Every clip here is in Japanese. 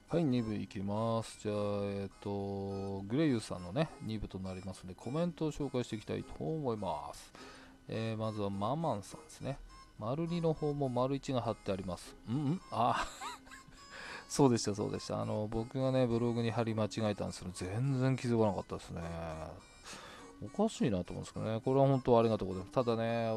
はい、2部いきます。じゃあ、グレイユさんのね、2部となりますので、コメントを紹介していきたいと思います。まずはママンさんですね。丸2の方も丸1が貼ってあります。そうでした、そうでした。僕がね、ブログに貼り間違えたんですけど、全然気づかなかったですね。おかしいなと思うんですけどね。これは本当ありがとうございます。ただね、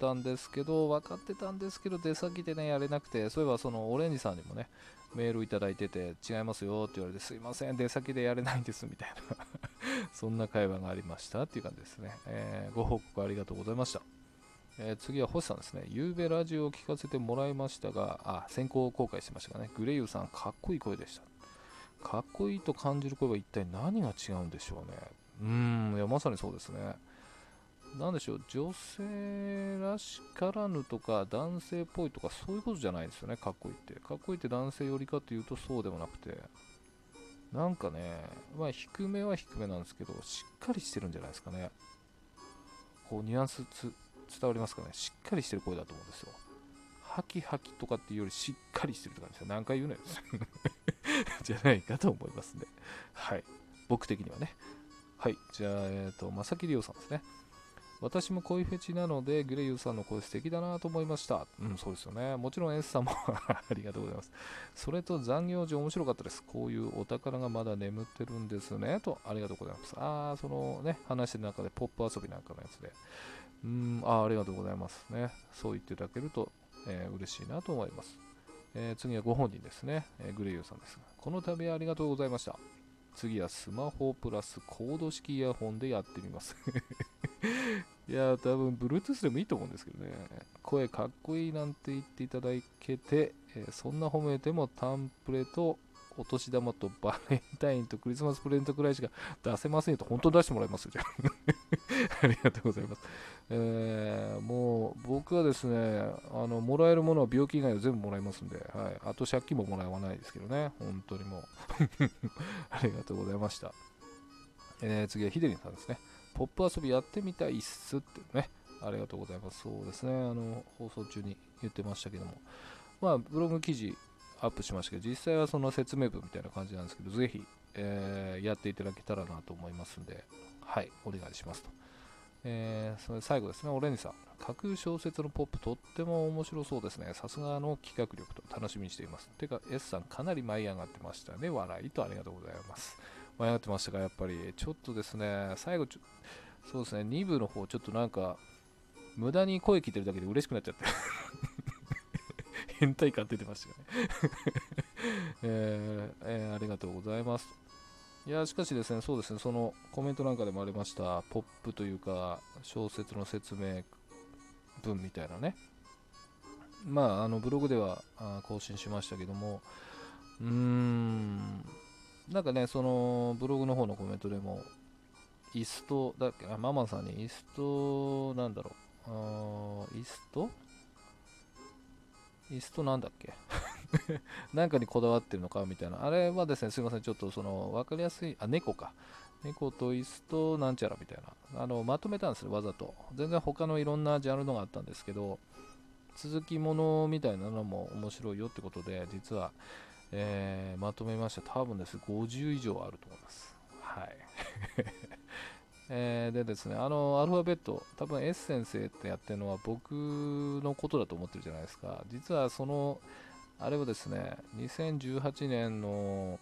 分かってたんですけど、出先でね、やれなくて、そういえばそのオレンジさんにもね、メールいただいてて、違いますよって言われて、すいません、出先でやれないんです、みたいなそんな会話がありましたっていう感じですね。ご報告ありがとうございました。次は星さんですね。ゆうべラジオを聞かせてもらいましたが、先行公開しましたがね、グレイユさん、かっこいい声でした。かっこいいと感じる声は一体何が違うんでしょうね。いや、まさにそうですね。なんでしょう、女性らしからぬとか、男性っぽいとか、そういうことじゃないですよね、かっこいいって。かっこいいって男性よりかというとそうでもなくて、なんかね、低めは低めなんですけど、しっかりしてるんじゃないですかね。こう、ニュアンス伝わりますかね。しっかりしてる声だと思うんですよ。ハキハキとかっていうよりしっかりしてるって感じですよ。何回言うのよ。じゃないかと思いますね。はい。僕的にはね。はい。じゃあ、まさきりおさんですね。私も恋フェチなので、グレイユさんの声素敵だなと思いました。そうですよね。もちろん S さんもありがとうございます。それと残業時面白かったです。こういうお宝がまだ眠ってるんですね。と、ありがとうございます。そのね、話してる中でポップ遊びなんかのやつで。ありがとうございますね。そう言っていただけると、嬉しいなと思います。次はご本人ですね、グレイユさんですが。この度はありがとうございました。次はスマホプラスコード式イヤホンでやってみます。いや多分 Bluetooth でもいいと思うんですけどね。声かっこいいなんて言っていただけて、そんな褒めてもタンプレとお年玉とバレンタインとクリスマスプレゼントくらいしか出せませんよと、本当に出してもらいますよ、じゃあ。ありがとうございます。もう僕はですね、もらえるものは病気以外は全部もらいますんで、はい、あと借金ももらわないですけどね、本当にもう。ありがとうございました。次はヒデリンさんですね。ポップ遊びやってみたいっすってね。ありがとうございます。そうですね。放送中に言ってましたけども。ブログ記事アップしましたけど、実際はその説明文みたいな感じなんですけど、ぜひ、やっていただけたらなと思いますんで、はい、お願いしますと。それ最後ですね、オレンジさん。架空小説のポップとっても面白そうですね。さすがの企画力と楽しみにしています。てか、S さんかなり舞い上がってましたね。笑いとありがとうございます。舞い上がってましたが、やっぱりちょっとですね、最後そうですね、2部の方、ちょっとなんか、無駄に声聞いてるだけで嬉しくなっちゃって、変態感出てましたよね。ありがとうございます。いやしかしですね、そうですね、そのコメントなんかでもありました、ポップというか、小説の説明文みたいなね、ブログでは更新しましたけども、なんかね、そのブログの方のコメントでも、イストだっけな、ママさんにイスト、なんだろう、イストなんだっけなんかにこだわってるのかみたいな。あれはですね、すいません、ちょっとその、わかりやすい、猫か。猫と椅子となんちゃらみたいな。まとめたんですよ、わざと。全然他のいろんなジャンルのがあったんですけど、続きものみたいなのも面白いよってことで、実は、まとめました。多分です、50以上あると思います。はい。でですね、アルファベット、多分 S 先生ってやってるのは僕のことだと思ってるじゃないですか。実はその、あれはですね、2018年の、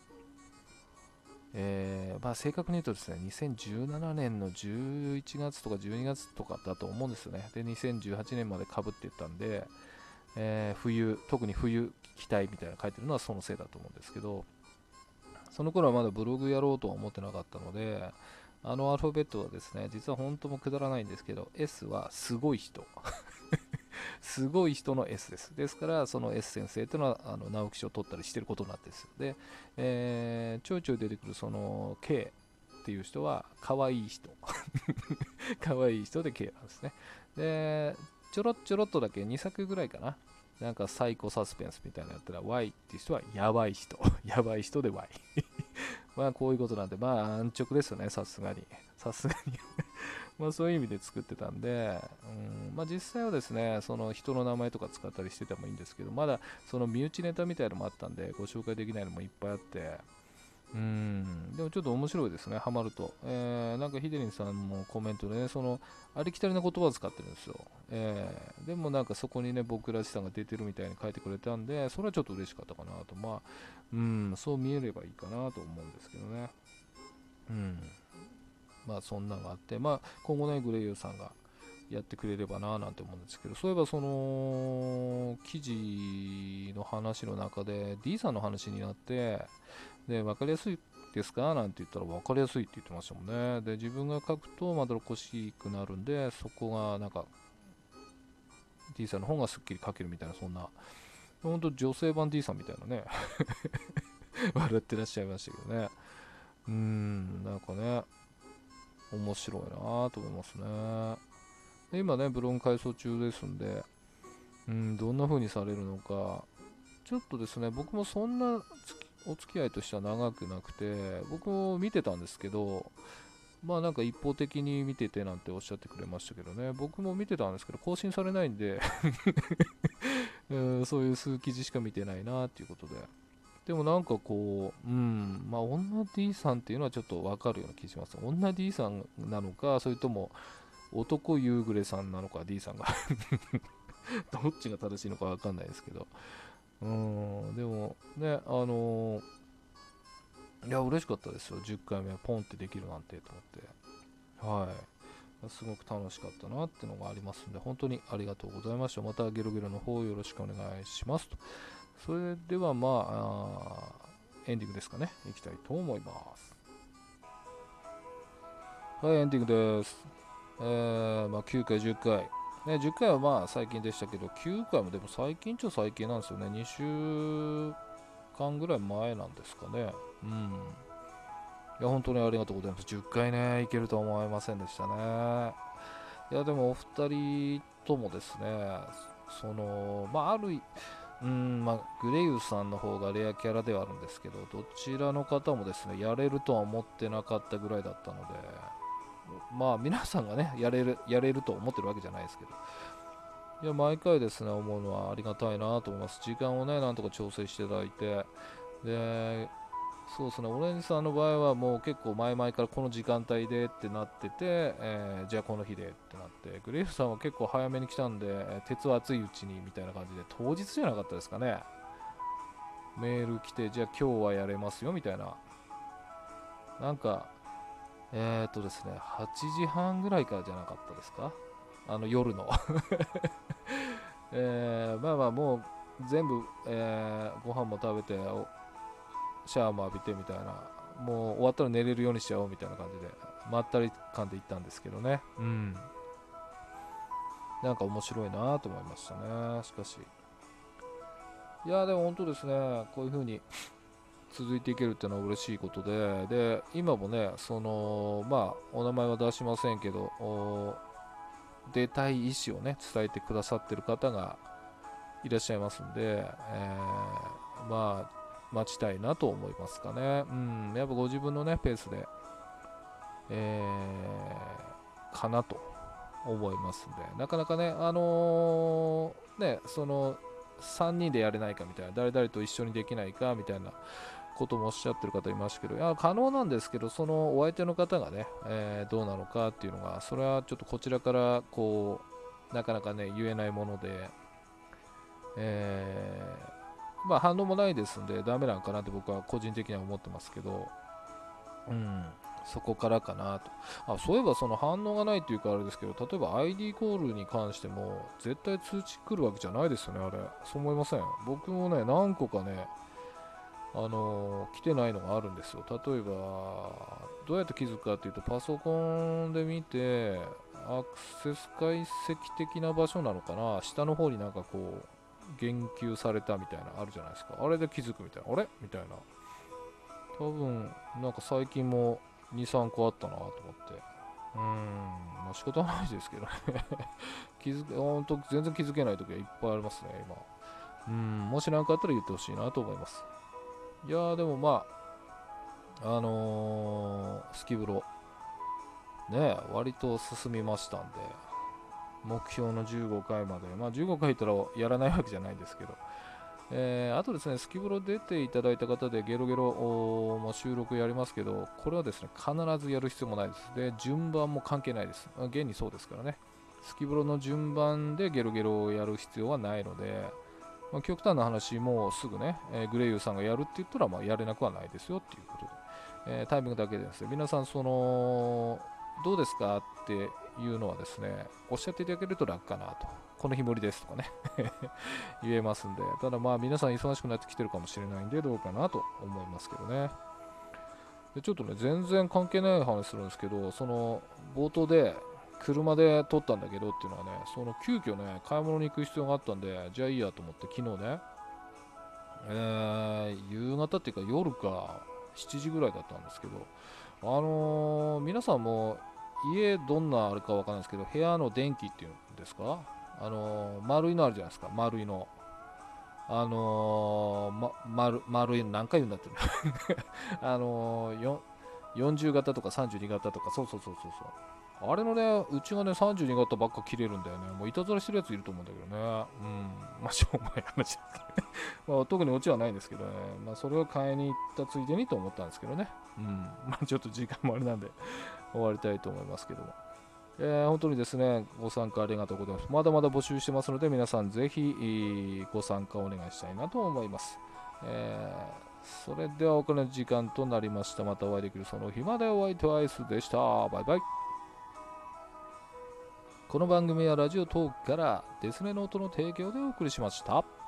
正確に言うとですね、2017年の11月とか12月とかだと思うんですよね。で、2018年まで被っていったんで、特に冬期待みたいなの書いてるのはそのせいだと思うんですけど、その頃はまだブログやろうとは思ってなかったので、アルファベットはですね、実は本当もくだらないんですけど、S はすごい人。すごい人の S です。ですから、その S 先生というのは直木賞を取ったりしてることなんです。で、ちょいちょい出てくるその K っていう人は、可愛い人。可愛い人で K なんですね。で、ちょろちょろっとだけ2作ぐらいかな。なんかサイコサスペンスみたいなのやったら Y っていう人はやばい人。やばい人で Y。 まあこういうことなんで、まあ安直ですよね、さすがに。さすがにまあそういう意味で作ってたんで、まあ実際はですね、その人の名前とか使ったりしててもいいんですけど、まだその身内ネタみたいなのもあったんで、ご紹介できないのもいっぱいあって、でもちょっと面白いですね、ハマると。なんかヒデリンさんもコメントでね、そのありきたりな言葉を使ってるんですよ。でもなんかそこにね、僕らしさが出てるみたいに書いてくれたんで、それはちょっと嬉しかったかなと。まあ、そう見えればいいかなと思うんですけどね。うん。まあそんなのがあって、まあ今後ね、グレイユーさんがやってくれればななんて思うんですけど、そういえばその記事の話の中で D さんの話になって、で、分かりやすいですかなんて言ったら分かりやすいって言ってましたもんね。で、自分が書くとまどろっこしくなるんで、そこがなんか D さんの方がすっきり書けるみたいな、そんな、本当女性版 D さんみたいなね、笑ってらっしゃいましたけどね。なんかね、面白いなと思いますね。で今ね、ブログ改装中ですんで、どんな風にされるのか、ちょっとですね、僕もそんなお付き合いとしては長くなくて、僕も見てたんですけど、まあなんか一方的に見ててなんておっしゃってくれましたけどね、僕も見てたんですけど、更新されないんでそういう数記事しか見てないなっていうことで。でもなんかこう、まあ女 D さんっていうのはちょっとわかるような気がします。女 D さんなのか、それとも男夕暮れさんなのか、D さんがどっちが正しいのかわかんないですけど。でもね、いや、嬉しかったですよ。10回目ポンってできるなんてと思って。はい。すごく楽しかったなってのがありますんで、本当にありがとうございました。またゲロゲロの方よろしくお願いしますと。それではエンディングですかね。いきたいと思います。はい、エンディングです。9回、10回。ね、10回はまあ最近でしたけど、9回もでも最近最近なんですよね。2週間ぐらい前なんですかね。いや、本当にありがとうございます。10回ね、いけるとは思いませんでしたね。いや、でもお二人ともですね、その、まあ、あるい、グレイユさんの方がレアキャラではあるんですけど、どちらの方もですね、やれるとは思ってなかったぐらいだったので、まあ、皆さんがね、やれると思ってるわけじゃないですけど、いや、毎回ですね、思うのはありがたいなと思います。時間をね、なんとか調整していただいて、で、そうですね、オレンジさんの場合はもう結構前々からこの時間帯でってなってて、じゃあこの日でってなって、グレーフさんは結構早めに来たんで、鉄は熱いうちにみたいな感じで、当日じゃなかったですかね。メール来て、じゃあ今日はやれますよみたいな。なんか、ですね、8時半ぐらいからじゃなかったですか、夜の。まあまあもう全部、ご飯も食べて、シャワーも浴びてみたいな、もう終わったら寝れるようにしちゃおうみたいな感じで、まったり感で行ったんですけどね。なんか面白いなと思いましたね、しかし。いや、でも本当ですね、こういう風に続いていけるっていうのは嬉しいことで、今もね、その、まあ、お名前は出しませんけど、出たい意思をね、伝えてくださってる方がいらっしゃいますんで、まあ、待ちたいなと思いますかね。やっぱご自分のね、ペースで、かなと思いますんで、なかなかね、その、3人でやれないかみたいな、誰々と一緒にできないかみたいなこともおっしゃってる方いましたけど、いや、可能なんですけど、そのお相手の方がね、どうなのかっていうのが、それはちょっとこちらから、こう、なかなかね、言えないもので、まあ反応もないですんで、ダメなんかなって僕は個人的には思ってますけど、そこからかなと。そういえばその反応がないっていうかあれですけど、例えば ID コールに関しても絶対通知来るわけじゃないですよね、あれ。そう思いません？僕もね、何個かね、来てないのがあるんですよ。例えば、どうやって気づくかっていうと、パソコンで見て、アクセス解析的な場所なのかな、下の方になんかこう、言及されたみたいなあるじゃないですか。あれで気づくみたいな。あれみたいな。多分、なんか最近も2、3個あったなと思って。まあ仕方ないですけどね。ほんと全然気づけない時はいっぱいありますね、今。もし何かあったら言ってほしいなと思います。いやーでもまあ、 スキブロね割と進みましたんで、目標の15回まで、まあ15回いったらやらないわけじゃないんですけど、あとですね、スキブロ出ていただいた方でゲロゲロも収録やりますけど、これはですね、必ずやる必要もないです。で、順番も関係ないです。現にそうですからね。スキブロの順番でゲロゲロをやる必要はないので、まあ、極端な話、もうすぐね、グレイユーさんがやるって言ったら、まあ、やれなくはないですよっていうことで、タイミングだけですね、皆さん、どうですかっていうのはですね、おっしゃっていただけると楽かなと。この日無理ですとかね言えますんで、ただまあ皆さん忙しくなってきてるかもしれないんでどうかなと思いますけどね。でちょっとね、全然関係ない話するんですけど、その冒頭で車で撮ったんだけどっていうのはね、その急遽ね、買い物に行く必要があったんで、じゃあいいやと思って昨日ね、夕方っていうか夜か7時ぐらいだったんですけど、皆さんも家どんなあれかわからないですけど、部屋の電気っていうんですか、丸いのあるじゃないですか、丸いの。丸いの何回言うんだって40型とか32型とか、そうそうそうそうそう。あれのね、うちがね、32型ばっか切れるんだよね。もういたずらしてるやついると思うんだけどね。うん。まあ、しょうもない話ですけどね。まあ、特にオチはないんですけどね。まあ、それを買いに行ったついでにと思ったんですけどね。うん。まあ、ちょっと時間もあれなんで終わりたいと思いますけども。本当にですね、ご参加ありがとうございます。まだまだ募集してますので、皆さんぜひご参加お願いしたいなと思います。それではお別れの時間となりました。またお会いできるその日まで。お相手はアイスでした。バイバイ。この番組はラジオトークからデスネノートの提供でお送りしました。